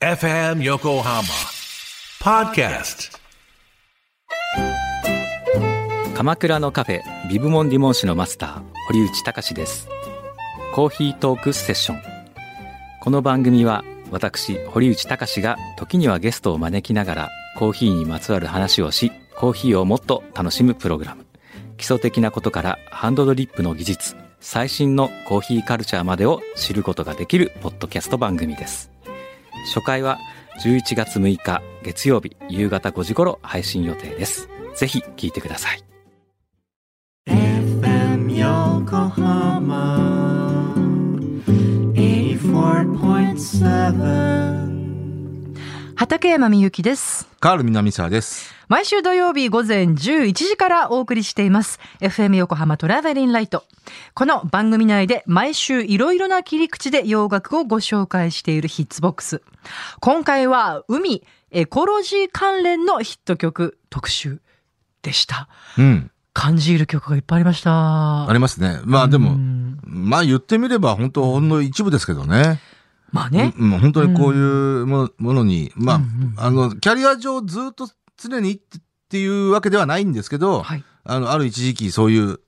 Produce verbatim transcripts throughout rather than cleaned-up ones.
エフエム 横浜ポッドキャスト。 鎌倉のカフェビブモンディモン市のマスター堀内隆です。コーヒートークセッション。この番組は私堀内隆が時にはゲストを招きながらコーヒーにまつわる話をし、コーヒーをもっと楽しむプログラム。基礎的なことからハンドドリップの技術、最新のコーヒーカルチャーまでを知ることができるポッドキャスト番組です。初回はじゅういちがつむいか月曜日夕方ごじ頃配信予定です。ぜひ聞いてください。 エフエム 横浜 はちじゅうよんてんなな畠山みゆきです。 カール南沢です。 毎週土曜日午前じゅういちじからお送りしています エフエム 横浜トラベリンライト。この番組内で毎週いろいろな切り口で洋楽をご紹介しているヒッツボックス。今回は海エコロジー関連のヒット曲特集でした。 うん。 感じる曲がいっぱいありました。 ありますね。まあでも、まあ言ってみれば本当ほんの一部ですけどね。 まあね。 うん、本当にこういうものに、うん、まあ、うんうん、あの、キャリア上ずっと常にっていうわけではないんですけど、はい、あの、ある一時期そういう、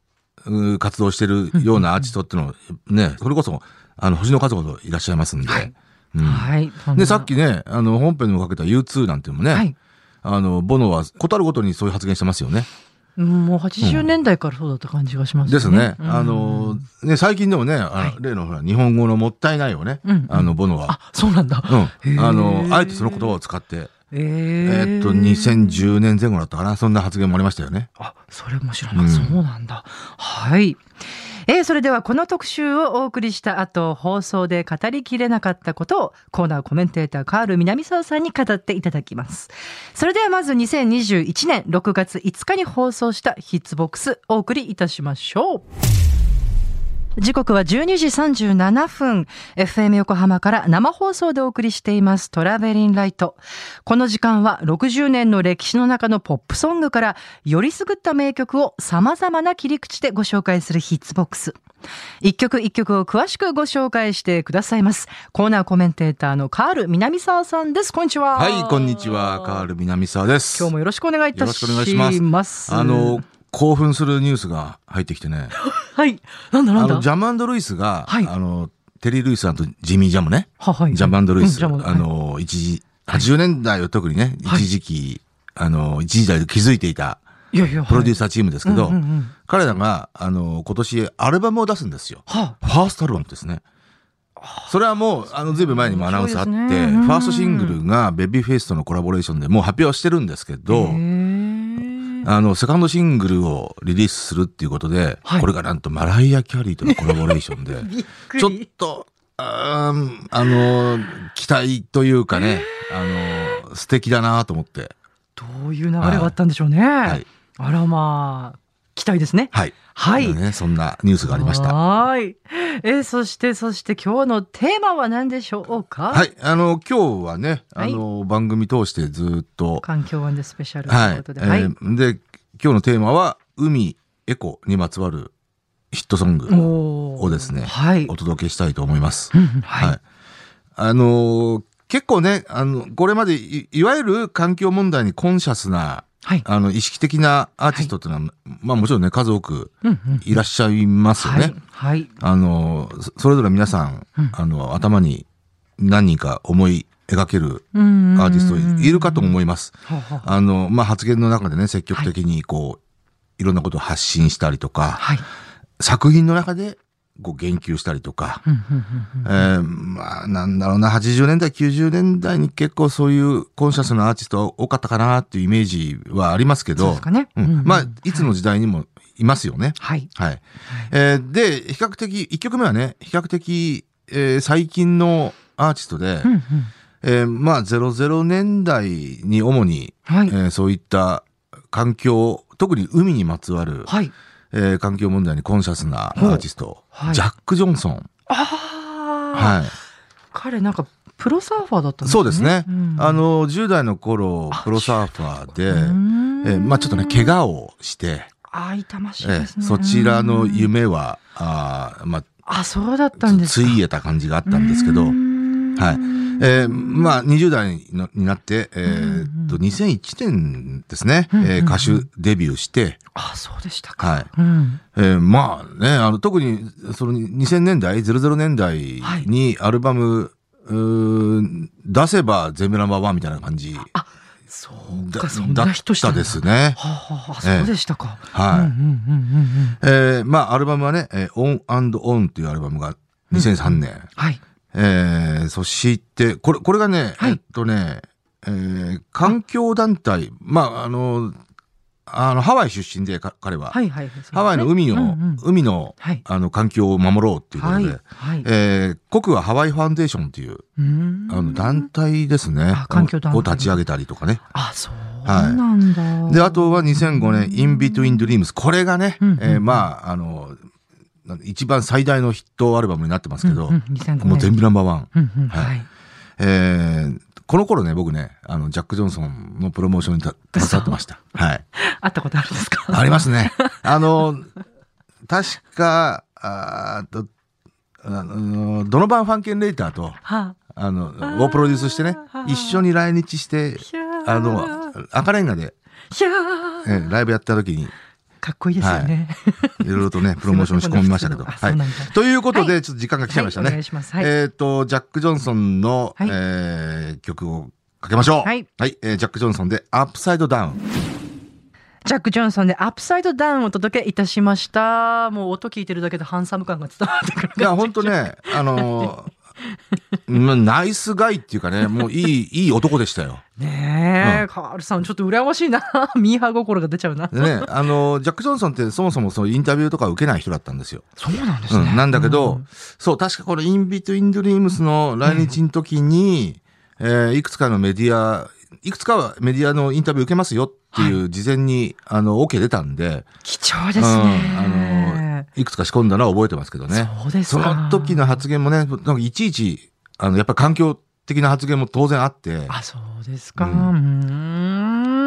活動してるようなアーティストっていうのをね、それこそ、あの、星の数ほどいらっしゃいますんで。はい。うん、はい、で、さっきね、あの、本編にもかけた ユーツー なんていうのもね、はい、あの、ボノはことあるごとにそういう発言してますよね。 もうはちじゅうねんだいからそうだった感じがしますね。 ですね。うん、あの、ね、最近でもね、あの、はい、例のほら、日本語のもったいないをね、うん、あの、ボノは。 あ、そうなんだ。 うん。あの、あえてその言葉を使って、えー、っと、にせんじゅうねんぜん後だったかな、そんな発言もありましたよね。 あ、それも知らない。うん、そうなんだ。はい。えー、それではこの特集をお送りした後、放送で語りきれなかったことをコーナーコメンテーターカール南沢さんに語っていただきます。それではまずにせんにじゅういちねんろくがついつかに放送したヒッツボックスお送りいたしましょう。時刻はじゅうにじさんじゅうななふん、エフエム 横浜から生放送でお送りしていますトラベリンライト。この時間はろくじゅうねんの歴史の中のポップソングからよりすぐった名曲を様々な切り口でご紹介するヒッツボックス。一曲一曲を詳しくご紹介してくださいます。コーナーコメンテーターのカール南沢さんです。こんにちは。 はい、こんにちは。カール南沢です。 今日もよろしくお願いいたします。よろしくお願いします。 あの、興奮するニュースが入ってきてね。 はい。なんだなんだ。 あのジャム&ルイスが、はい、あのテリー・ルイスさんとジミー・ジャムね。 ははい、 ジャム&ルイス、 うん、 あの、はい、一時はちじゅうねんだいは特にね、はい、一時期あの一時代で築いていたプロデューサーチームですけど、はいうんうんうん、彼らがあの今年アルバムを出すんですよ。はあ、ファーストアルバムですね。それはもうあのずいぶん前にもアナウンスあって、ね、ファーストシングルがベビーフェイスとのコラボレーションでもう発表してるんですけど。あのセカンドシングルをリリースするっていうことで、はい、これがなんとマライア・キャリーとのコラボレーションでちょっとあ, あの期待というかね、あの素敵だなと思って。 どういう流れがあったんでしょうね。はい、あらまあ期待ですね。 はい、 はいね、そんなニュースがありました。 はい。えそしてそして今日のテーマは何でしょうか。 はい、あの今日はね、あの、はい、番組通してずっと環境ワンデスペシャルということで、 はい、はいえー、で今日のテーマは海エコにまつわるヒットソングをですね、はい、お届けしたいと思います。はい、はい、あの結構ね、あのこれまで い, いわゆる環境問題にコンシャスなはい、あの意識的なアーティストっていうのは、はい、まあもちろんね数多くいらっしゃいますよね。はいはい、あのそれぞれ皆さん、うん、あの頭に何人か思い描けるアーティストいるかと思います。あのまあ発言の中でね積極的にこう、はい、いろんなことを発信したりとか、はい、作品の中でこう言及したりとか、えー、まあなんだろうなはちじゅうねんだいきゅうじゅうねんだいに結構そういうコンシャスなアーティストは多かったかなっていうイメージはありますけど、まあいつの時代にもいますよね。はい。はい。えー、で比較的いっきょくめはね比較的、えー、最近のアーティストで、うんうんえー、まあゼロゼロねんだいに主に、はいえー、そういった環境特に海にまつわる、はいえー、環境問題にコンシャスなアーティスト、はい、ジャック・ジョンソン。 ああ、はい、彼なんかプロサーファーだったんですね。 そうですね、うん、あのじゅう代の頃プロサーファーで、えー、まあちょっとね怪我をしてあ痛ましいですね、 えー、そちらの夢はあ、まあ、 あそうだったんですか。 ついえた感じがあったんですけど、はいえー、まあにじゅう代のになって、えー、っとにせんいちねんですね、うんうんうん、えー、歌手デビューして、 あ、そうでしたか。 はい。 うん、 えー、まあね、あの特にそのにせんねんだい、ゼロゼロねんだいにアルバム、うーん出せば全米ナンバーワンみたいな感じ。 あ、そうか、そんな人したんだ。 だったですね。 はあはあ、そうでしたか。 えー、はい。うんうんうんうん、えー、まあアルバムはね、えー、オンアンドオンというアルバムがにせんさんねん。うん、 はい。 えー、そして、これ、これがね、はい、えっとね、えー、環境団体、まあ、あの、あの、ハワイ出身で、彼は。 はいはい。 ハワイの海の、うんうん、海の、 はい、 あの、環境を守ろうっていうことで、はいはい、えー、国はハワイファンデーションっていう、 うんあの、団体ですね。 環境団体を立ち上げたりとかね。 あ、そうなんだ。 はい、で、あとはにせんごねん、In Between Dreams。これがね、うんうんうん、えー、まあ、あの、一番最大のヒットアルバムになってますけど、うんうん、もう全部ナンバーワン。 うんうん、はい。 えー、この頃ね、僕ね、あの、ジャック・ジョンソンのプロモーションに携わってました。はい。 会ったことあるんですか？ ありますね。あの、確か、あと、あのドノバン・ファンケンレイターと、はあ、あの、をプロデュースしてね、一緒に来日して、あの、赤レンガで、えライブやった時に、 かっこいいですよね。 はい、いろいろとね、プロモーション仕込みましたけど。はい。ということで、ちょっと時間が来ちゃいましたね。はい、お願いします。はい、えっと、ジャック・ジョンソンの、はい、えー、曲をかけましょう。はい。はい、えー、ジャック・ジョンソンで、アップサイドダウン。 ジャック・ジョンソンでアップサイドダウンをお届けいたしました。もう音聞いてるだけでハンサム感が伝わってくる。 いや、ほんとね、あのー、ナイスガイっていうかね、もういい、いい男でしたよ。 ねえ、うん、カールさんちょっと羨ましいな。ミーハー心が出ちゃうな。 でね、あの、ジャック・ジョンソンってそもそもそのインタビューとか受けない人だったんですよ。 そうなんですね。 うん、なんだけど、うん、そう、確かこのインビトゥインドリームスの来日の時に、うん、えー、いくつかのメディア、いくつかはメディアのインタビュー受けますよっていう事前に、はい、あの、OK 出たんで。 貴重ですね。 うん、あの、いくつか仕込んだのは覚えてますけどね。 そうですか。 その時の発言もね、なんかいちいち、あの、やっぱり環境的な発言も当然あって。 あ、そうですか。 うん、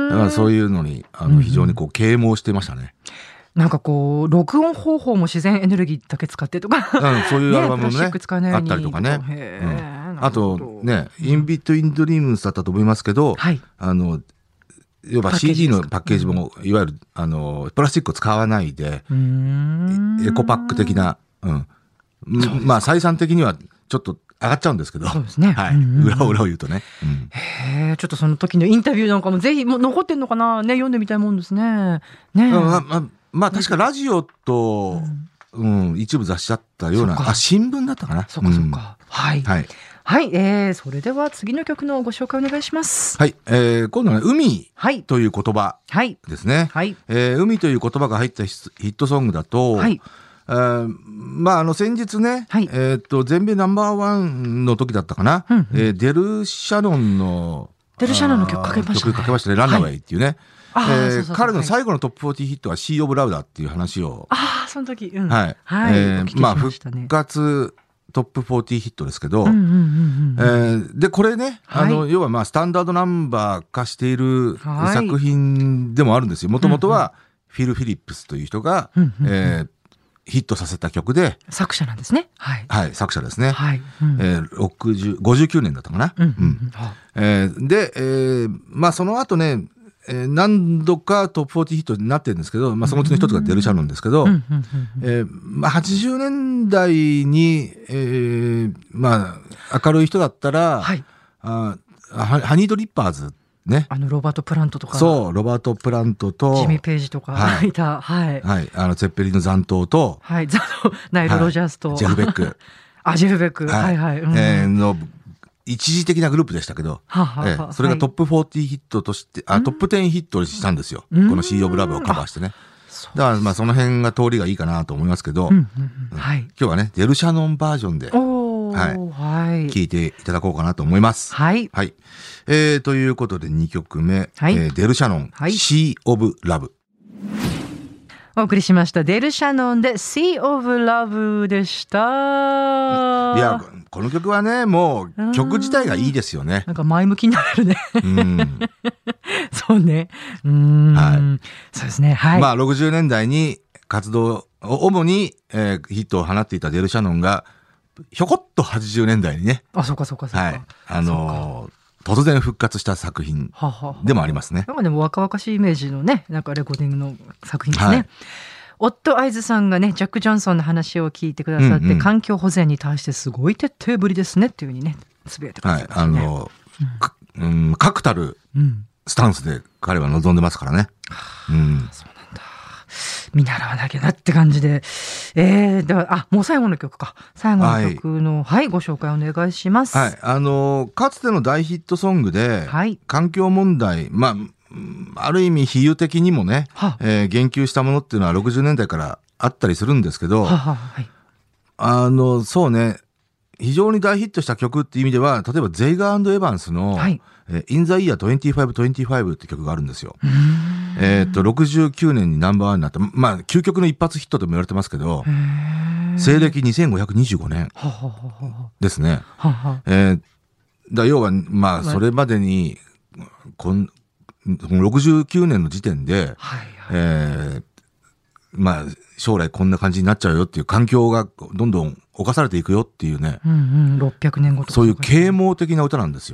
だからそういうのに、あの、非常にこう、啓蒙してましたね。 なんかこう、録音方法も自然エネルギーだけ使ってとか。 うん、そういうアルバムもね、 ねあったりとかね。うん、あとね、インビットインドリームスだったと思いますけど、はい、あの、要は シーディー のパッケージも、いわゆる、あの、プラスチックを使わないで、エコパック的な、うん。まあ、採算的にはちょっと上がっちゃうんですけど。 そうですね。 はい。裏裏を言うとね。 うん、へえ、ちょっとその時のインタビューなんかもぜひ、もう残ってんのかなね、読んでみたいもんですね。ねえ。 まあ、まあ、まあ、確かラジオと、うん、うん、一部雑誌だったような、あ、新聞だったかな。 そうか、そうか。うん、はい。 はい。 はい、えー、それでは次の曲のご紹介お願いします。 はい、えー、今度は、ね、海という言葉ですね。 はい。 えー、海という言葉が入ったヒットソングだと、はい。えー、まあ、あの、先日ね、はい、えっと、全米ナンバーワンの時だったかな、うんうん、えー、デル・シャノンの、 デル・シャノンの曲かけましたね。 曲かけましたね、ランナウェイっていうね。はい、えー、そうそうそう、彼の最後のトップよんじゅうヒットはシー・オブ・ラウダーっていう話を。 ああ、その時、うん。 はい。はい、えー、まあ、復活、トップよんじゅうヒットですけど、で、これね、はい、あの、要はまあ、スタンダードナンバー化している作品でもあるんですよ。もともとは、フィル・フィリップスという人が、えー、ヒットさせた曲で。 作者なんですね。はい。 はい、作者ですね。はい。うん、えー、ろくじゅう、ごじゅうきゅうねんだったかな。うん。うん、えー、で、えー、まあ、その後ね、えー、何度かトップよんじゅうヒットになってるんですけど、まあ、そのうちの一つがデル・シャノンですけど、えーまあ、はちじゅうねんだいに、えー、まあ、明るい人だったら、はい、あハニードリッパーズね。 あの、ロバート・プラントとか。 そう、ロバート・プラントと、 ジミー・ページとか、はい、いた。はい。 はい。あの、ツェッペリンの残党と、 はい、ザノ、ナイル・ロジャースと、 はい、ジェフ・ベック。 あ、ジェフ・ベック。はい、はい、はい。うん、 えー、の、一時的なグループでしたけど、はははええ、それがトップよんじゅうヒットとして、あ、トップじゅうヒットにしたんですよ。このシー・オブ・ラブをカバーしてね。だからまあその辺が通りがいいかなと思いますけど、うんうんうん、はい、今日はね、デル・シャノンバージョンで、はい、聴いていただこうかなと思います。はい。はい。えー、ということでにきょくめ、はい、えー、デル・シャノン、はい、シー・オブ・ラブ。 お送りしました。デル・シャノンで Sea of Love でした。 いや、この曲はね、もう曲自体がいいですよね。 なんか前向きになれるね。うん。そうね。うん。はい。そうですね。はい。 まあ、ろくじゅうねんだいに活動を主に、えー、ヒットを放っていたデル・シャノンが、 ひょこっとはちじゅうねんだいにね。 あ、そうかそうかそうか。 はい。あのー、突然復活した作品でもありますね。 なんかでも若々しいイメージのね、なんかレコーディングの作品ですね。はい、夫アイズさんがね、ジャック・ジョンソンの話を聞いてくださって、うんうん、環境保全に対してすごい徹底ぶりですねっていう風にね、つぶやいてくださいましたね。はい、あのー、うん、確たるスタンスで彼は望んでますからね。 うん、そうなんだ。見習わなきゃなって感じで、えー、ではあもう最後の曲か最後の曲の、はい、はい、ご紹介お願いします。 はい、あのー、かつての大ヒットソングで、はい、環境問題、まあある意味比喩的にもね、えー、言及したものっていうのはろくじゅうねんだいからあったりするんですけど、はは、はい、あのそうね、非常に大ヒットした曲っていう意味では、例えばゼイガー&エヴァンスの、はい、In the Year にじゅうごにじゅうごって曲があるんですよ。えっと、ろくじゅうきゅうねんにナンバーワンになった、まあ、究極の一発ヒットとも言われてますけど、西暦にせんごひゃくにじゅうごねんですね。ははえー、だ要は、まあ、それまでに、こんろくじゅうきゅうねんの時点で、はいはい、えー、まあ、将来こんな感じになっちゃうよっていう環境がどんどん侵されていくよっていうね、 うんうん、ろっぴゃくねんごとかそういう啓蒙的な歌なんですよ。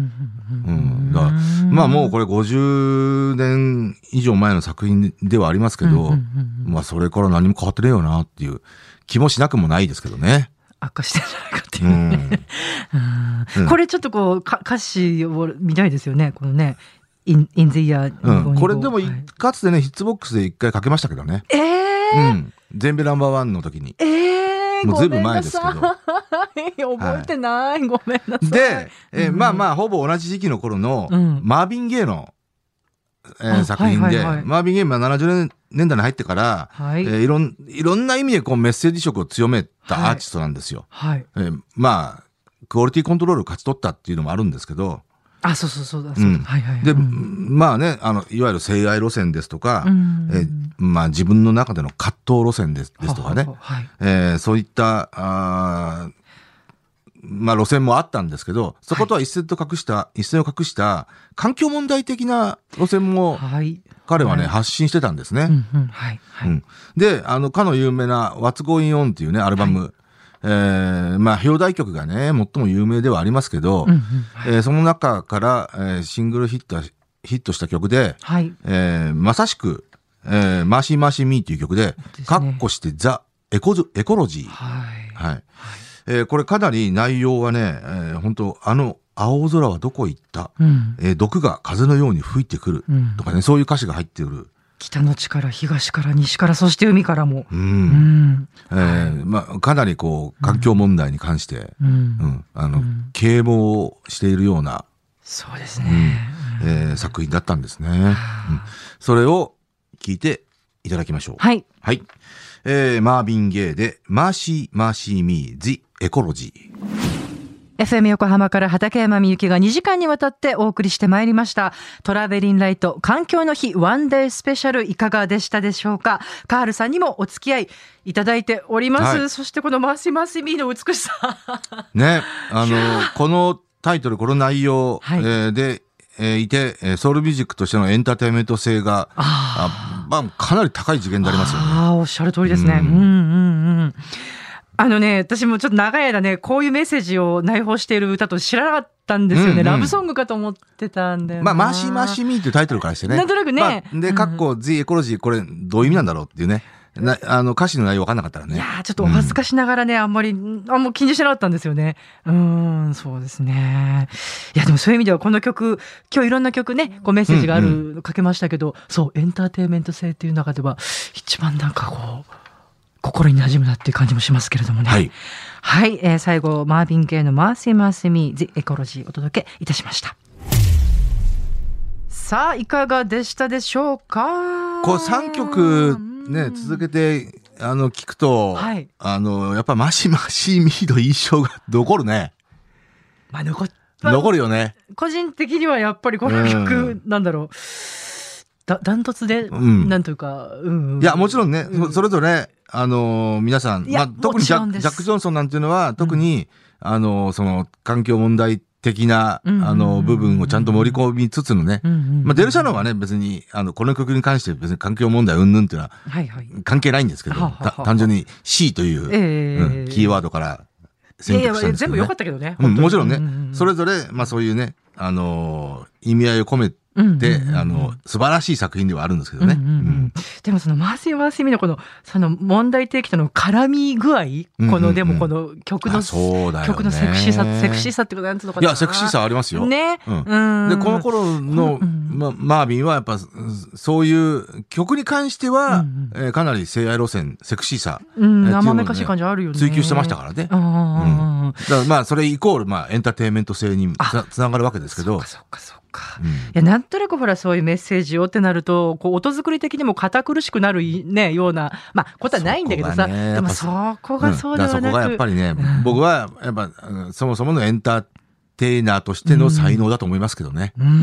まあもうこれごじゅうねん以上前の作品ではありますけど、うんうんうんうん、まあそれから何も変わってねえよなっていう気もしなくもないですけどね。 悪化してんじゃないかっていうね、うんうん、これちょっとこうか歌詞を見たいですよね、このねIn, in the year うん、これでも、はい、かつてねヒッツボックスで一回かけましたけどね。 えー、 うん、全米ナンバーワンの時に。 えー、 もうずいぶん前ですけど。 覚えてない、はい、ごめんなさい。 で、えーうん、まあまあほぼ同じ時期の頃の、うん、マービン・ゲイの、えー、作品で、はいはいはい、マービン・ゲイはななじゅうねんだいに入ってから、はい、えー、いろんいろんな意味でこうメッセージ色を強めたアーティストなんですよ。はいはい、えー、まあクオリティコントロールを勝ち取ったっていうのもあるんですけど。 あ、そうそうそうだそうだ、うん、はいはい、 で、うん、まあね、あのいわゆる性愛路線ですとか、うん、えまあ自分の中での葛藤路線ですですとかね、はははい、えー、そういったあまあ路線もあったんですけど、そことは一線と隠した、はい、一線を隠した環境問題的な路線も彼はね、はい、発信してたんですね。うんうんはいはいうん、で、あのかの有名な What's Going On っていうねアルバム。はい、えー、まあ表題曲がね最も有名ではありますけど、うんうんはい、えー、その中から、えー、シングルヒットヒットした曲で、はい、えー、まさしく、えー、マーシーマーシーミーっていう曲で、カッコしてザエコエコロジー、はいはいはい、えー、これかなり内容はね、えー、本当あの青空はどこ行った、うん、えー、毒が風のように吹いてくるとかね、うん、そういう歌詞が入ってくる。 北の地から東から西からそして海からも、うんうんえーまあ、かなりこう環境問題に関して、うんうん、あの、うん、啓蒙をしているようなそうですね、 うんえー、作品だったんですね、うん、それを聞いていただきましょう。 はい、 はいえー、マービン・ゲイでマーシー・マーシー・ミー・ジ・エコロジー。 エフエム 横浜から畠山みゆきがにじかんにわたってお送りしてまいりましたトラベリンライト環境の日ワンデースペシャル、いかがでしたでしょうか。カールさんにもお付き合いいただいております、はい、そしてこのマーシーマーシーミーの美しさね、あのこのタイトルこの内容、はい、えー、でえー、いてソウルミュージックとしてのエンターテインメント性があ、まあ、かなり高い次元でありますよね。 あ、おっしゃる通りですね、うん、うんうんうんあのね、私もちょっと長い間ね、こういうメッセージを内包している歌と知らなかったんですよね、うんうん、ラブソングかと思ってたんだよな。 まあ、マーシーマーシーミーというタイトルからしてね、 なんとなくね、 まあ、で、カッコ、The Ecology、これどういう意味なんだろうっていうね、なあの歌詞の内容分かんなかったらね。 いやちょっとお恥ずかしながらね、うん、あんまり、あんま気にしてなかったんですよね。うーん、そうですね。いや、でもそういう意味ではこの曲、今日いろんな曲ね、こうメッセージがある、うんうん、かけましたけど、そう、エンターテインメント性っていう中では、一番なんかこう、心に馴染むなっていう感じもしますけれどもね。はい。はい、えー、最後、マービン・ゲイのマーシー・マーシー・ミー・ジ・エコロジーお届けいたしました。さあ、いかがでしたでしょうか。 こうさんきょくね、続けて、あの、聞くと、はい、あの、やっぱマーシー・マーシー・ミーの印象が残るね。 まあ、残っ残るよね。 個人的にはやっぱりこの曲、なんだろう。だダントツで、うん、なんというか、うんうん、 いやもちろんね、うん、それぞれあのー、皆さん、まあ、特にジャック・ジャック・ジョンソンなんていうのは特に、うん、あのー、その環境問題的な、うん、あのー、部分をちゃんと盛り込みつつのね、うんうん、まあ、デルシャノンはね別にあのこの曲に関して別に環境問題云々っていうのは関係ないんですけど、はいはい、単純に C という、えーうん、キーワードから選曲したんですけどね。 いやいや全部良かったけどね。 うん、もちろんね、 うんうんうん、 それぞれ、まあそういうね、あのー、意味合いを込めて、で、うんうん、あの素晴らしい作品ではあるんですけどね。うんうんうん、 でもそのマーシー・マーシー・ミのこのその問題提起との絡み具合、うんうんうん、このでもこの曲の、ね、曲のセクシーさセクシーさってことなんつうのかな。 いやセクシーさありますよ。 ね。 うん、でこの頃の、うんうん、ま、マービンはやっぱそういう曲に関しては、うんうん、えー、かなり性愛路線セクシーさ、 うん、生めかしい感じあるよね。 追求してましたからね。うん、だからまあそれイコールまあエンターテインメント性につながるわけですけど。 そうかそうかそうか。うん、いやなんとなくほらそういうメッセージをってなるとこう音作り的にも堅苦しくなる、ね、ような、まあ、ことはないんだけどさ、ね、でもそこがそうではなく、うん、だからそこがやっぱりね、うん、 僕はやっぱそもそものエンターテイナーとしての才能だと思いますけどね。うん、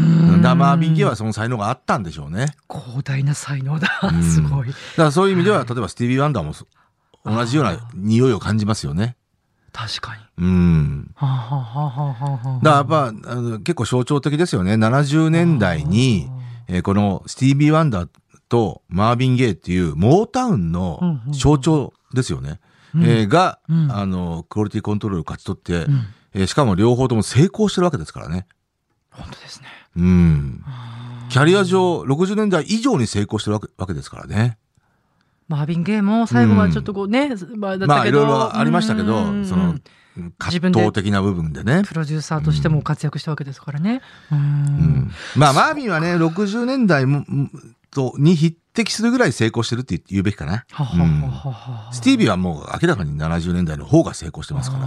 ダマービンゲはその才能があったんでしょうね。 広大な才能だ、すごい。だからそういう意味では、はい、例えばスティービー・ワンダーも同じような匂いを感じますよね。 確かに。 うん。だからやっぱあの結構象徴的ですよね。ななじゅうねんだいに、えー、このスティービー・ワンダーとマービン・ゲイっていうモータウンの象徴ですよね。うんうん、えー、が、うん、あのクオリティコントロールを勝ち取って、うん、えー、しかも両方とも成功してるわけですからね。 本当ですね。 うん。キャリア上ろくじゅうねんだい以上に成功してるわけですからね。 マービン・ゲイも最後はちょっとこうね、うん、まあだったけど、 まあいろいろありましたけど、その葛藤的な部分でね、 プロデューサーとしても活躍したわけですからね。うん、うんうん、まあマービンはねろくじゅうねんだいとに匹敵するぐらい成功してるって言うべきかな。はははは、うん、スティービーはもう明らかにななじゅうねんだいの方が成功してますから。うん、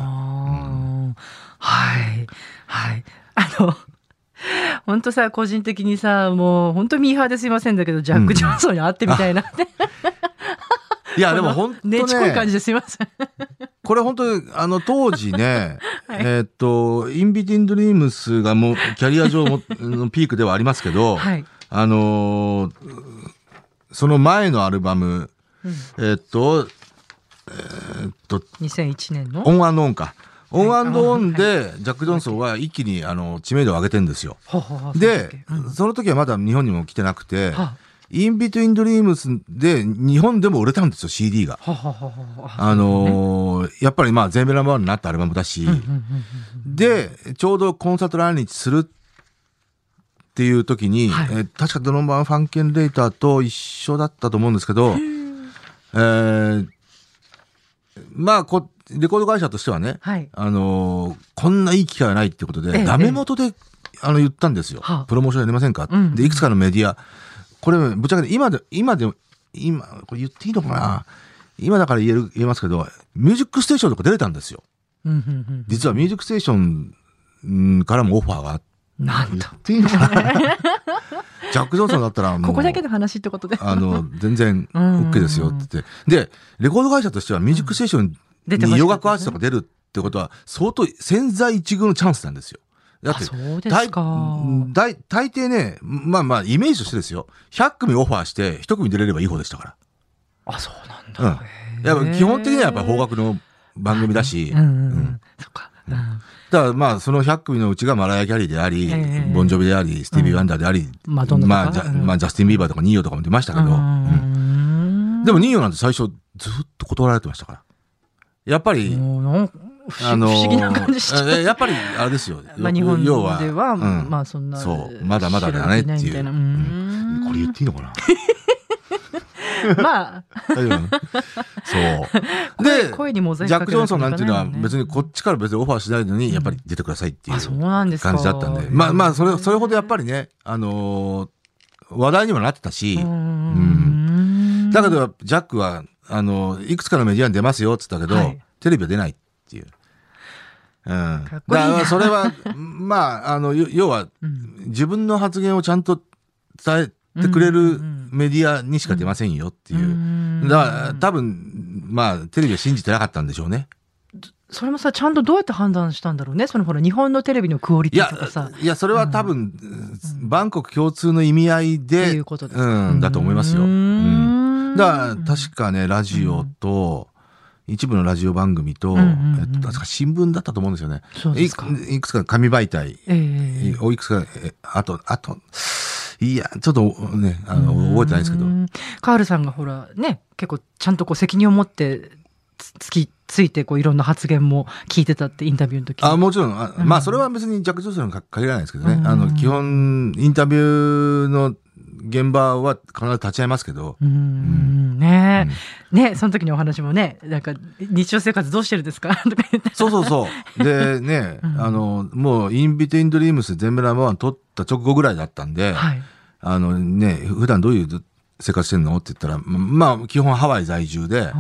はいはいあの。本当さ個人的にさもう本当ミーハーですいませんだけどジャック・ジョンソンに会ってみたいなって、 うん、いやでも本当ねねちこい感じですいませんこれ本当あの当時ね、はい、えっとインビティン・ドリームスがもうキャリア上ものピークではありますけど、はい、あのー、その前のアルバム、うん、えっとえー、っとにせんいちねんのオンアンドオンかオンアンドオンでジャック・ジョンソンは一気にあの知名度を上げてるんですよ。で、その時はまだ日本にも来てなくて、インビトゥインドリームスで日本でも売れたんですよ シーディー が。あのー、やっぱりまあ全米ナンバーワンになったアルバムだし、でちょうどコンサート来日するっていう時に、はい、えー、確かドノバン・ファンケンレイターと一緒だったと思うんですけど、えー、まあこレコード会社としてはね、はい、あのー、こんないい機会はないってことで、ええ、ダメ元で、あの言ったんですよ。プロモーションやりませんか、うん、でいくつかのメディア、これぶっちゃけ今で今で今これ言っていいのかな、今だから言える言えますけど、ミュージックステーションとか出れたんですよ。うんうんうん、実はミュージックステーションからもオファーがあって、 なんと言っていいのかなジャック・ジョンソンだったらもうここだけの話ってことであの全然 OK ですよって言って、でレコード会社としてはミュージックステーションに洋楽アーティストが出るってことは相当千載一遇のチャンスなんですよ。だって大, 大, 大抵ね、まあまあイメージとしてですよ、ひゃっくみオファーしてひとくみ出れればいい方でしたから。 あ、そうなんだ、 うん、やっぱ基本的にはやっぱり邦楽の番組だし、うんうんうん、そっか、うん、だからまあそのひゃっくみのうちがマライア・キャリーであり、ボンジョビであり、スティービー・ワンダーであり、うん、まあ、まあ、ジャまあジャスティン・ビーバーとかニーヨとかも出ましたけど、うんうん、でもニーヨなんて最初ずっと断られてましたから。やっぱり、 あのー、不思議な感じしちゃう。 やっぱりあれですよ。 まあ日本では、うん、まあそんな、 そうまだまだだねっていう。うん、これ言っていいのかな。 まあ、 そうで声にモザイクジャック・ジョンソンなんていうのは別にこっちから別にオファーしないのにやっぱり出てくださいっていう感じだったんで、まあまあそれそれほどやっぱりね、あのー、話題にもなってたし、うん、だけどジャックはあのいくつかのメディアに出ますよって言ったけど、はい、テレビは出ないっていう、うん、だからそれはまああの要は、うん、自分の発言をちゃんと伝えてくれるメディアにしか出ませんよっていう、うん、だから多分まあテレビは信じてなかったんでしょうね。 それもさちゃんとどうやって判断したんだろうね、そのほら日本のテレビのクオリティとかさ。 いや、いやそれは多分、うん、万国共通の意味合いで、 いうことですか、 うん、だと思いますよ。うん、だから確かねラジオと、うん、一部のラジオ番組と、うんうんうん、えっと、確か新聞だったと思うんですよね。そうですか。い, いくつか紙媒体、えー、おいくつかえあとあといやちょっとねあの覚えてないですけど、 カールさんがほらね結構ちゃんとこう責任を持ってつきついてこういろんな発言も聞いてたってインタビューの時に。 あ、もちろん、あ、まあそれは別にジャック・ジョンソンに限らないですけどね、うん、あの基本インタビューの現場は必ず立ち会いますけど、 うん、うん、ねえ、うん、ね、その時にお話もね、なんか日常生活どうしてるんですかとか言って、 そうそうそうでね、うん、あのもうインビトゥインドリームス全部ナンバーワン取った直後ぐらいだったんで、はい、あのね、普段どういう生活してんのって言ったら、まあ基本ハワイ在住で、うん、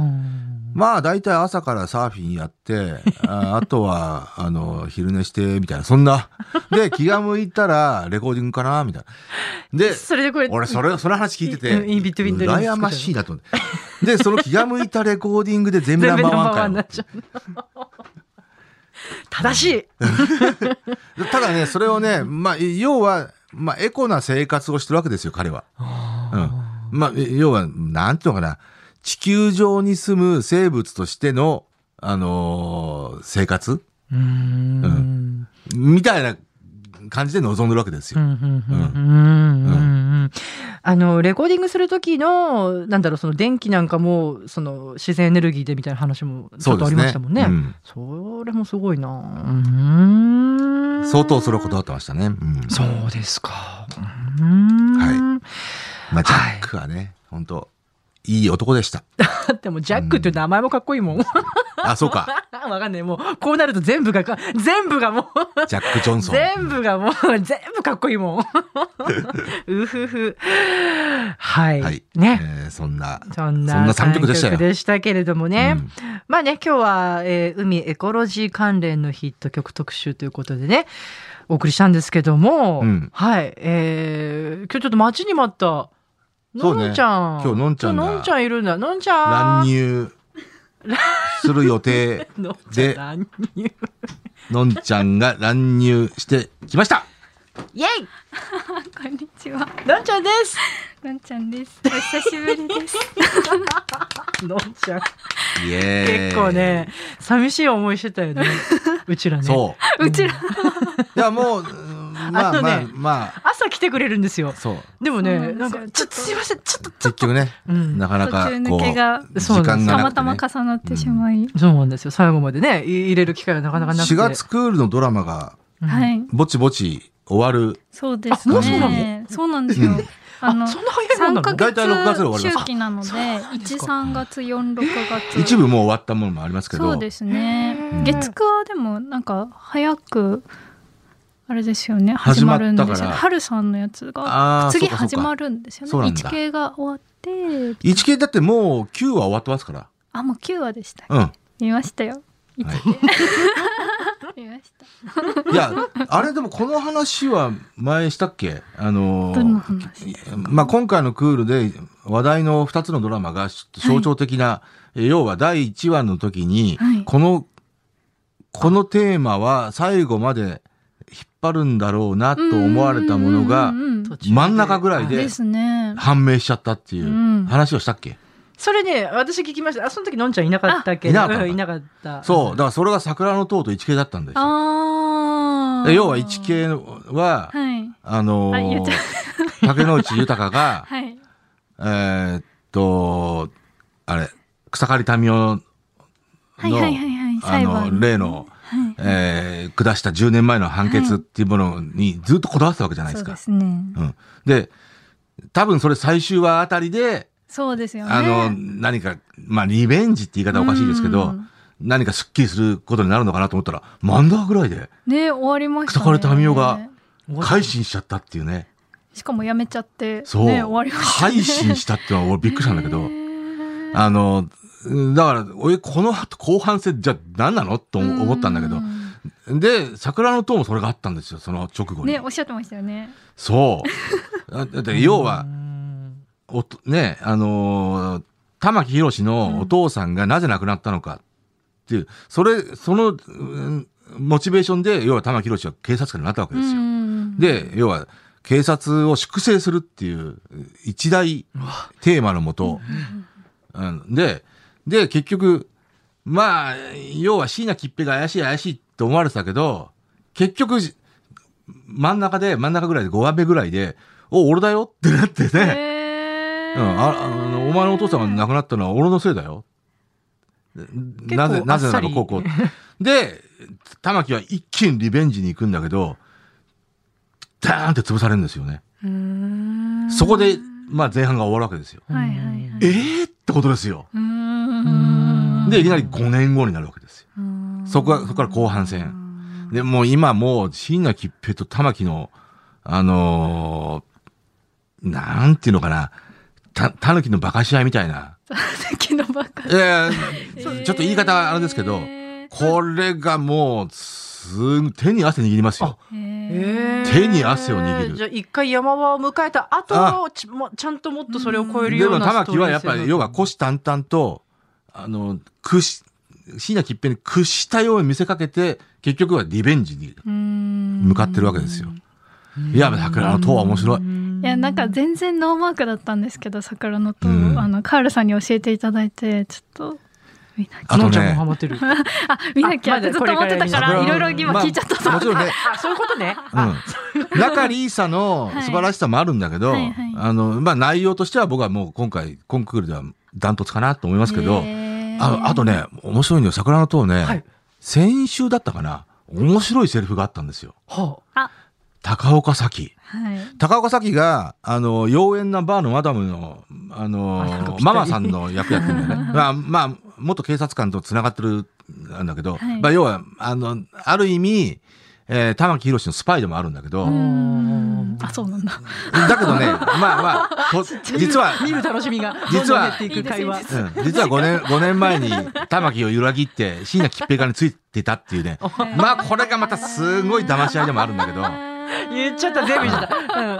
まあ大体朝からサーフィンやってあ, あとはあの昼寝してみたいな、そんなで気が向いたらレコーディングかなみたいなで、それでこれ俺それその話聞いてて羨ましいなと思ってでその気が向いたレコーディングで全部ナンバーワンかよになっちゃう正しいただねそれをね、まあ要は、まあ、エコな生活をしてるわけですよ彼は。うんまあ、要はなんていうのかな、地球上に住む生物としての、あのー、生活うーん、うん、みたいな感じで臨んでるわけですよ。 あのレコーディングする時のなんだろう、その電気なんかもその自然エネルギーでみたいな話もちょっとありましたもんね。 そ, ね、うん、それもすごいな。うーん、 相当それをこだわってましたね。うん、 そうですか。うーん、 はい、まあ、ジャックはね、はい、本当いい男でした。 でもジャックっていう名前もかっこいいもん。うん、 あ、そうか。 わかんない。もうこうなると全部が全部がもうジャック・ジョンソン全部がもう全部かっこいいもん。うふふ。はい、はい、ね、えー、そんなそんなさんきょくでしたよ。 でしたけれどもね、うん、まあね、今日は、えー、海エコロジー関連のヒット曲特集ということでねお送りしたんですけども、うん、はい、えー、今日ちょっと待ちに待ったのんちゃん、 今日のんちゃんがのんちゃんいるんだ。のんちゃん乱入する予定でのんちゃんが乱入してきました。 イエイこんにちは、 のんちゃんです。 のんちゃんです。お久しぶりです。 のんちゃんイエーイ。 結構ね寂しい思いしてたよねうちらね。 そううちらいやもうまあまあまあ朝来てくれるんですよ。 そうでもね、なんかちょっとすいません、ちょっと結局ね、うん、なかなかこう途中抜けが時間がなくて、ね、 たまたま重なってしまい、 うん、そうなんですよ。最後までね入れる機会がなかなかなくて、 しがつクールのドラマがぼちぼち終わる。 そうですね。そうなの？そうなんですよ。 うんあのそんな早いもんなの？ 大体ろくがつで終わります。周期なのでいち、さんがつ、よん、ろくがつ一部もう終わったものもありますけど。 そうですね。月くはでもなんか早くあれですよね、始まるんですよ。春さんのやつが次始まるんですよね。いち系が終わっていち系だってもうきゅうは終わってますから。 あ、もうきゅうわでした。 うん、 見ましたよ。いち系、はい見ました。 いやあれでもこの話は前したっけ？あのどの話ですか？ まあ、今回のクールで話題のふたつのドラマが象徴的な、はい、要はだいいちわの時に、はい、このこのテーマは最後まで引っ張るんだろうなと思われたものが真ん中ぐらいで判明しちゃったっていう話をしたっけ？ それね私聞きました。あ、その時のんちゃんいなかったけど、いなかった、いなかった。 そうだからそれが桜の塔といち系だったんですよ。あ要はいち系は、はい、あのー、竹野内豊が、はい、えー、っとあれ草刈民代の、はいはいはいはい、あの例の、はいえー、下したじゅうねんまえの判決っていうものにずっとこだわってたわけじゃないですか。 そうですね。 うん、で多分それ最終話あたりでそうですよね。 あの何か、まあ、リベンジって言い方はおかしいですけど、何かすっきりすることになるのかなと思ったらマンダーぐらいでね終わりましたね。 草刈民代が改心しちゃったっていうね。 しかもやめちゃって、 そう、 ね、終わりましたね。 改心したっていうのは俺びっくりしたんだけどあのだから俺この後半戦じゃ何なのと思ったんだけど、で桜の塔もそれがあったんですよ、その直後にね。おっしゃってましたよね。 そうだって要はおとねあのー、玉木宏のお父さんがなぜ亡くなったのかっていう、うん、それその、うん、モチベーションで要は玉木宏は警察官になったわけですよ。で要は警察を粛清するっていう一大テーマのもと、うん、でで結局まあ要は椎名桔平が怪しい怪しいと思われてたけど、結局真ん中で真ん中ぐらいでごわめぐらいでお俺だよってなってね、うん、ああのお前のお父さんが亡くなったのは俺のせいだよなぜ、なぜならこうこう。で、玉木は一気にリベンジに行くんだけど、ダーンって潰されるんですよね。うーんそこで、まあ前半が終わるわけですよ。はいはいはい、えーってことですよ。うーんで、いきなりごねんごになるわけですよ。そこは、そこから後半戦。で、もう今もう、椎名桔平と玉木の、あのー、なんていうのかな、た、たぬきの馬鹿し合いみたいな。 たぬきの馬鹿。 いやいや、ちょっと言い方はあれですけど、これがもう、すぐ手に汗握りますよ。手に汗を握る。 じゃあ一回山場を迎えた後のち、ちゃんともっとそれを超えるようなストーリー。でも玉木はやっぱり、要は虎視眈々と、あの、屈し、椎名桔平に屈したように見せかけて、結局はリベンジに向かってるわけですよ。いや、桜の塔は面白い。 いや、なんか全然ノーマークだったんですけど、桜の塔、あの、カールさんに教えていただいて、ちょっと、見なきゃ。 あとね、もハマってる。 あ、見なきゃってずっと思ってたから、いろいろ今聞いちゃったと、 まあ、もちろんね。 あ、そういうことね。 うん。仲里依紗の素晴らしさもあるんだけど、はいはいはい、あの、まあ、内容としては僕はもう今回、コンクールではダントツかなと思いますけど、あ, あとね、面白いのよ、桜の塔ね、はい、先週だったかな、面白いセリフがあったんですよ。はあ、高岡早紀、はい、高岡早紀が、あの、妖艶なバーのマダムの、あの、ママさんの役やってるんだよね。まあ、まあ、元警察官と繋がってるんだけど、はい、まあ、要は、あの、ある意味、えー、玉木宏のスパイでもあるんだけど。 あ、そうなんだ。 だけどね、まあまあ、実は、 見る楽しみが、 実は、 いい会話うん、実はごねん、ごねんまえに玉木を揺らぎって、椎名桔平側についてたっていうね。まあ、これがまたすごい騙し合いでもあるんだけど。 言っちゃった、デビューした。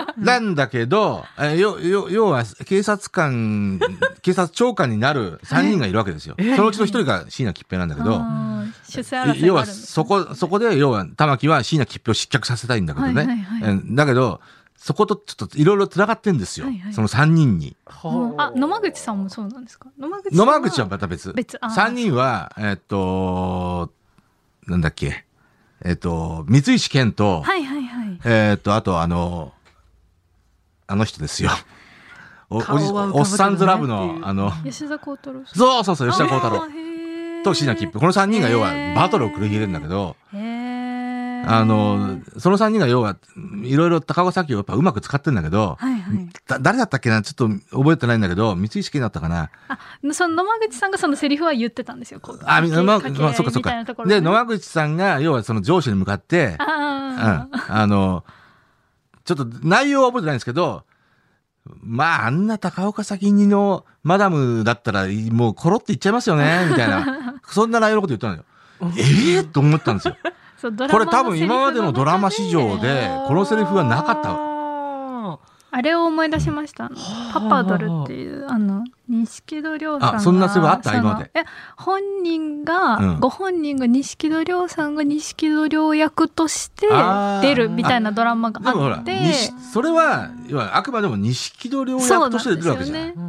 うん、なんだけど、えよ、よ、要は、警察官、警察長官になるさんにんがいるわけですよ。そのうちのひとりが椎名桔平なんだけど、要は、そこ、そこで、要は、玉木は椎名桔平を失脚させたいんだけどね。はいはいはい、だけど、そことちょっといろいろ繋がってんですよ。はいはい、そのさんにんに。 あ、野間口さんもそうなんですか？野間口野間口はまた別。 別。 さんにんは、えー、っと、なんだっけ。えー、っと、三石健と、はいはいはい。えー、っと、あとあの、あの人ですよ。お、おっさんずラブの、あの、 吉田鋼太郎。 そうそうそう、吉田鋼太郎。と椎名桔平。このさんにんが要はバトルを繰り広げるんだけど、あの、そのさんにんが要は、いろいろ高岡早紀をやっぱうまく使ってるんだけど、はいはい、だ誰だったっけな、ちょっと覚えてないんだけど、三石健だったかな。 あ、その野間口さんがそのセリフは言ってたんですよ。こうあ、野間口、まあ、そっかそっか。で、野間口さんが要はその上司に向かって、あ、うん、あの、ちょっと内容は覚えてないんですけど、まあ、あんな高岡早紀にのマダムだったら、もうコロって言っちゃいますよね、みたいな。そんな内容のこと言ったのよ。ええー、と思ったんですよ。これ多分今までのドラマ史上で、このセリフはなかった。 あれを思い出しました。パパドルっていう、あの、錦戸亮さんが。 あ、そんなセリフあった今まで。 え、本人が、うん、ご本人が錦戸亮さんが錦戸亮役として出るみたいなドラマがあって。 それは、要はあくまでも錦戸亮役として出るわけじゃない。うん。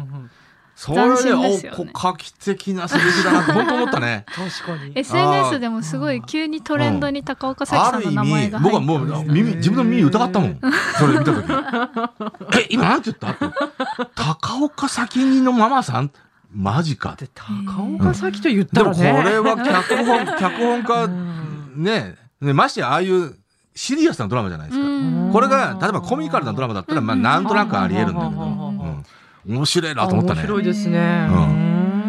それで、ね、お、画期的なセリフだなと本当思ったね。 確かに。 エスエヌエス でもすごい急にトレンドに高岡早紀さんの名前が入って、 うん、僕はもう耳、自分の耳疑ったもん。それ見たとき。え、今なんて言った高岡早紀のママさんマジか。 で高岡早紀と言ったらね。 でもこれは脚本、脚本家、ね、ね、ましてやああいうシリアスなドラマじゃないですか。これが、例えばコミカルなドラマだったら、まあなんとなくあり得るんだけど。うん面白いなと思ったね。 面白いですね。うん。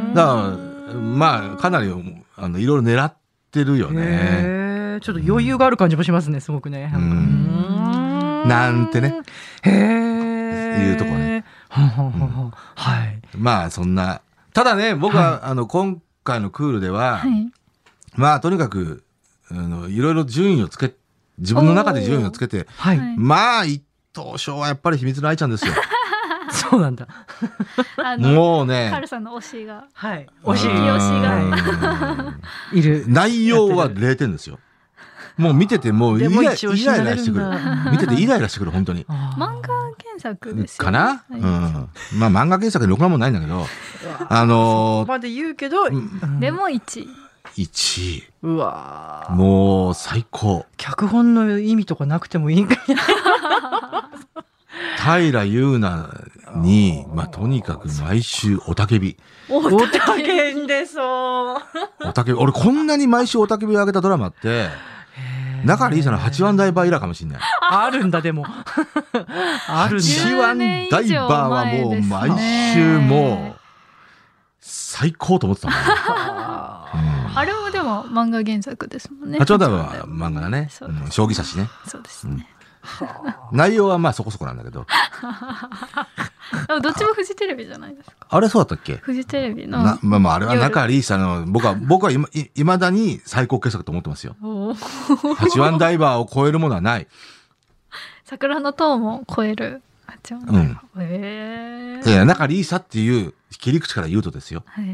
だからまあかなりあのいろいろ狙ってるよね。 ちょっと余裕がある感じもしますね、すごくね。 うん。なんてね。へえ。いうとこね。はい。まあそんな。ただね、僕は、はい、あの今回のクールでは、はい、まあとにかくあのいろいろ順位をつけ自分の中で順位をつけて、はい、まあ一等賞はやっぱり秘密の愛ちゃんですよ。 そうなんだ。 もうね。 カルさんの推しが。 はい。 推し、推しが。 いる。 内容はれいてんですよ。もう見ててもうイライラしてくる。見ててイライラしてくる、本当に。 漫画原作ですかな、うん。まあ漫画原作にろくなもんないんだけど。あのー。 そこまで言うけど。 でもいちい。 いちい。 うわもう最高。 脚本の意味とかなくてもいいんかいな。 平優奈に、まあ、とにかく毎週おたけび。 おたけびでそう。 おたけび。俺こんなに毎週おたけびをあげたドラマって、中里依紗の八番ダイバー以来かもしれない。 あるんだ、でも。あるんだ。 八番ダイバーはもう毎週もう、最高と思ってたもんね。 あれもでも漫画原作ですもんね。 八番ダイバーは漫画だね。うん、将棋指しね。 そうですね。 うん、内容はまあそこそこなんだけど。 どっちもフジテレビじゃないですか。 あれそうだったっけ？ フジテレビの。 なまあまああれは中里依紗の僕は僕はいまいまだに最高傑作と思ってますよ。八番ダイバーを超えるものはない。 桜の塔も超える。八番ダイバー。うん、へえ。 いや中里依紗っていう切り口から言うとですよ。 へえ。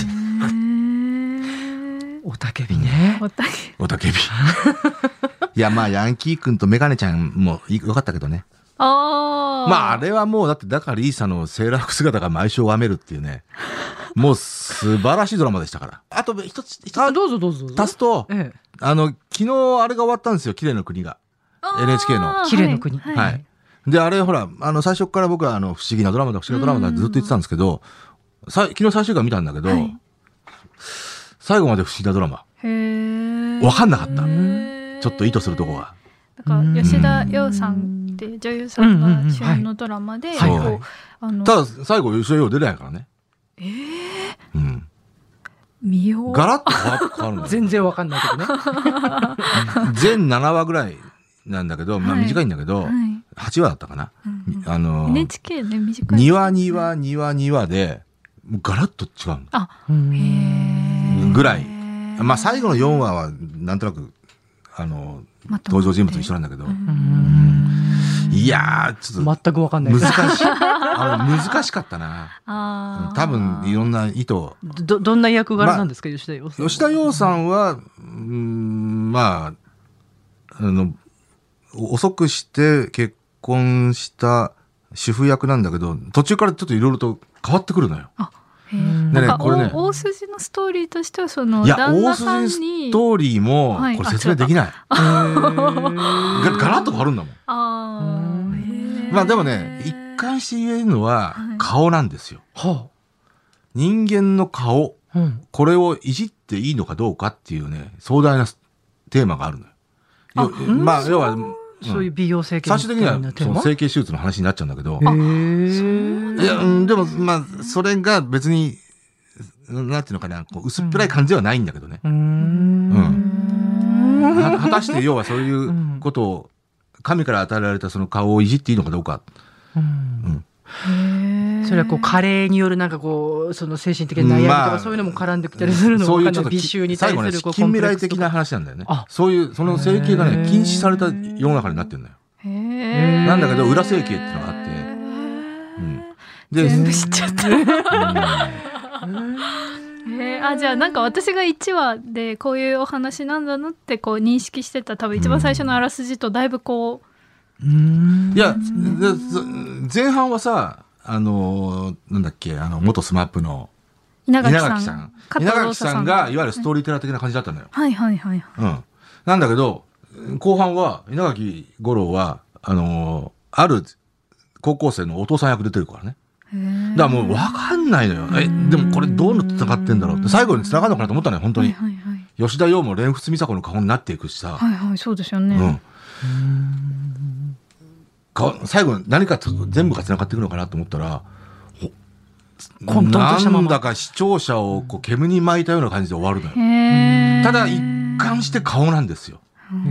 おたけびね。 おたけび。 おたけび。いやまあヤンキー君とメガネちゃんもよかったけどね。 あまああれはもうだって中里依紗のセーラー服姿が毎週拝めるっていうね、もう素晴らしいドラマでしたから。あと一つ一つあどうぞどうぞ足すと、ええ、あの昨日あれが終わったんですよ、綺麗の国が エヌエイチケー の綺麗の国、 はい、はい、であれほらあの最初から僕はあの不思議なドラマだ不思議なドラマだってずっと言ってたんですけど、さ昨日最終回見たんだけど、はい、最後まで不思議なドラマ分かんなかった。ちょっと意図するとこがなんか吉田羊さんって女優さんが主演のドラマで、ただ最後吉田羊出ないからね。 えー、 うん。 見よう。 ガラッと変わ変わるんだよ。 全然わかんないけどね。 全ななわぐらいなんだけど、まあ短いんだけど、はい、はちわだったかな。うんうん、あのエヌエイチケー ね短い、 ね。にわにわにわにわでもうガラッと違うの。 あ、へーぐらい。まあ最後のよんわはなんとなくあの登場人物と一緒なんだけど、いやーちょっと全く分かんない難しいあの難しかったな。あ多分いろんな意図。 どどんな役柄なんですか、まあ、吉田羊さん。 吉田羊さんはうんまああの遅くして結婚した主婦役なんだけど、途中からちょっといろいろと変わってくるのよ。あでね、これね、大筋のストーリーとしてはその旦那さんに、いや大筋ストーリーもこれ説明できない。ガラッと変わるんだもん。あまあでもね一貫して言えるのは顔なんですよ。はい、人間の顔、うん、これをいじっていいのかどうかっていうね壮大なテーマがあるのよ。あまあ要はそういう美容整形最終的にはその整形手術の話になっちゃうんだけど、いやでもまあそれが別になんていうのかなこう薄っぺらい感じではないんだけどね。うん、うん、果たして要はそういうことを神から与えられたその顔をいじっていいのかどうか。うんうん、それはこう加齢によるなんかこうその精神的な悩みとか、まあ、そういうのも絡んできたりするのも分かんない。美醜に対する最後ね近未来的な話なんだよね。そういうその整形がね禁止された世の中になってるんだよ。へなんだけど裏整形っていうのがあって、うん、 で全部知っちゃった。うんえー、あじゃあなんか私がいちわでこういうお話なんだなってこう認識してた多分一番最初のあらすじとだいぶこう、 うん、いや前半はさあのなんだっけあの元スマップの稲垣さん稲垣さんがいわゆるストーリーテラー的な感じだったのよ。 はいはいはい、はいうん、なんだけど後半は稲垣吾郎はあのある高校生のお父さん役出てるからね。だからもう分かんないのよ。えでもこれどうのつながってんだろうって最後につながるのかなと思ったのよ本当に。はいはいはい、吉田羊も蓮佛美沙子の顔になっていくしさ。 はいはいそうですよね。うん、 うんか最後何か全部がつながっていくのかなと思ったら混沌としたままなんだか視聴者をこう煙に巻いたような感じで終わるのよ。ただ一貫して顔なんですよ。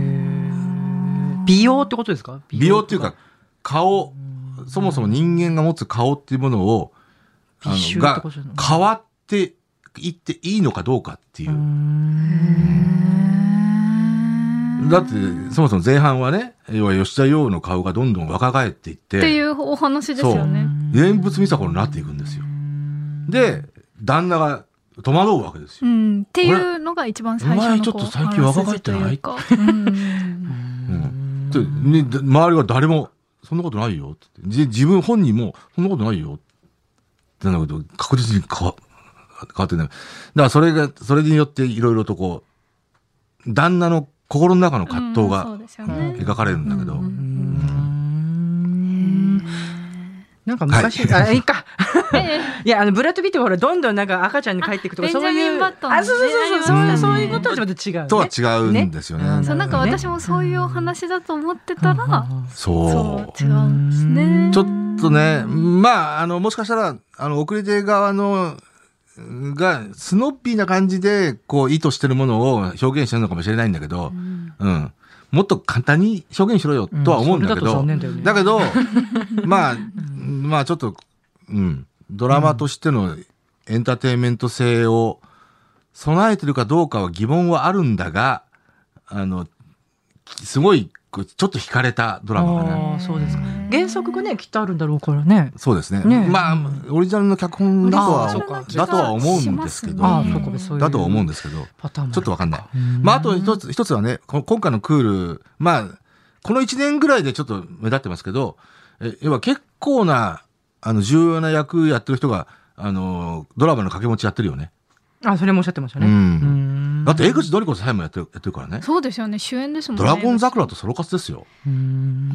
美容ってことですか？ 美容っていうか顔そもそも人間が持つ顔っていうものをあのが変わっていっていいのかどうかっていう。うだってそもそも前半はね要は吉田羊の顔がどんどん若返っていってっていうお話ですよね。 蓮佛美沙子になっていくんですよ。で旦那が戸惑うわけですよ。 うん、っていうのが一番最初のお前ちょっと最近若返ってない？うんうんでね、周りは誰もそんなことないよってって自分本人もそんなことないよってなんだけど確実に変わ、変わってない。だからそれがそれによっていろいろとこう旦那の心の中の葛藤が、うんね、描かれるんだけど、うんうんなんか昔、はい、あいいかいやあのブラッド・ピットほらどんどんなんか赤ちゃんに帰っていくとかそういう、あそうそうそうそう、うん、そういうこととはまた違う、ね、 とは違うんですよね。 ね、そうなんか私もそういうお話だと思ってたら、うん、 そうそう違うんですね。 ちょっとね、まああのもしかしたらあの送り手側のがスノッピーな感じでこう意図してるものを表現してるのかもしれないんだけど、うん、うん、もっと簡単に表現しろよとは思うんだけど、うん、だ, だ, ね、だけどまあまあちょっと、うん、ドラマとしてのエンターテインメント性を備えてるかどうかは疑問はあるんだが、あのすごいちょっと惹かれたドラマがね。 あ、そうですか。原作がねきっとあるんだろうからね。 そうですね。ね、まあオリジナルの脚本だとはだとは思うんですけど、 ああそうか、そういうだとは思うんですけど、ちょっとわかんない。まああと一つ一つはね、今回のクール、まあこのいちねんぐらいでちょっと目立ってますけど、え要は結構なあの重要な役やってる人があのドラマの掛け持ちやってるよね。あ、 それもおっしゃってましたね。 うん、だって江口のり子さえもやってるやってるからね。 そうですよね、主演ですもんね。 ドラゴン桜とソロ活ですよ。 うん、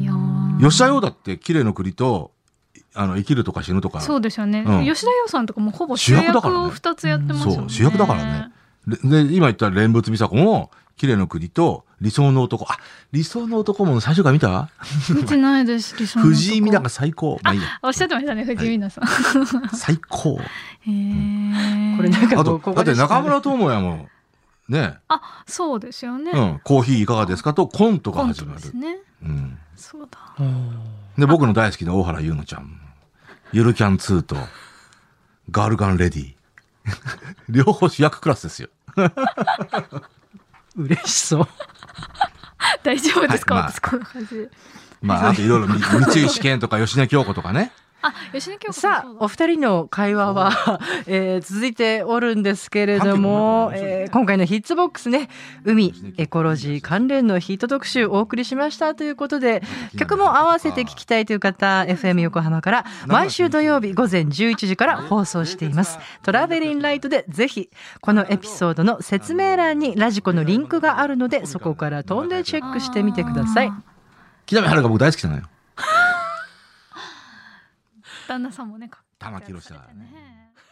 いや吉田羊だって綺麗の国とあの生きるとか死ぬとか。 そうですよね、うん、吉田羊さんとかもほぼ主役をふたつやってますよね。 そう主役だからね。で今言った蓮佛美佐子も綺麗の国と理想の男、あ理想の男も最初から見た？ 見てないです。理想の男藤井美奈が最高。まあいいや。 おっしゃってましたね、藤井美奈さん、 はい、最高。 へー、 これなんかあとだって中村智也もね、 あそうですよね、 うん、コーヒーいかがですかとコントが始まる。 コントですね、 うん、 そうだ。 で僕の大好きな大原優乃ちゃん、ゆるキャンツーとガールガンレディ両方主役クラスですよ嬉しそう大丈夫ですか、 はい、まあ、 私この感じ。 まああといろいろ三井試験とか吉根京子とかね。 あ、吉根京子さあお二人の会話は、えー、続いておるんですけれども、えー、今回のヒッツボックスね、海エコロジー関連のヒット特集お送りしましたということで、曲も合わせて聴きたいという方 エフエム 横浜から毎週土曜日午前じゅういちじから放送しています。トラベリンライトでぜひこのエピソードの説明欄にラジコのリンクがあるので、そこから飛んでチェックしてみてください。 木南晴が僕大好きなのよ。 旦那さんもね、 玉木宏だからね。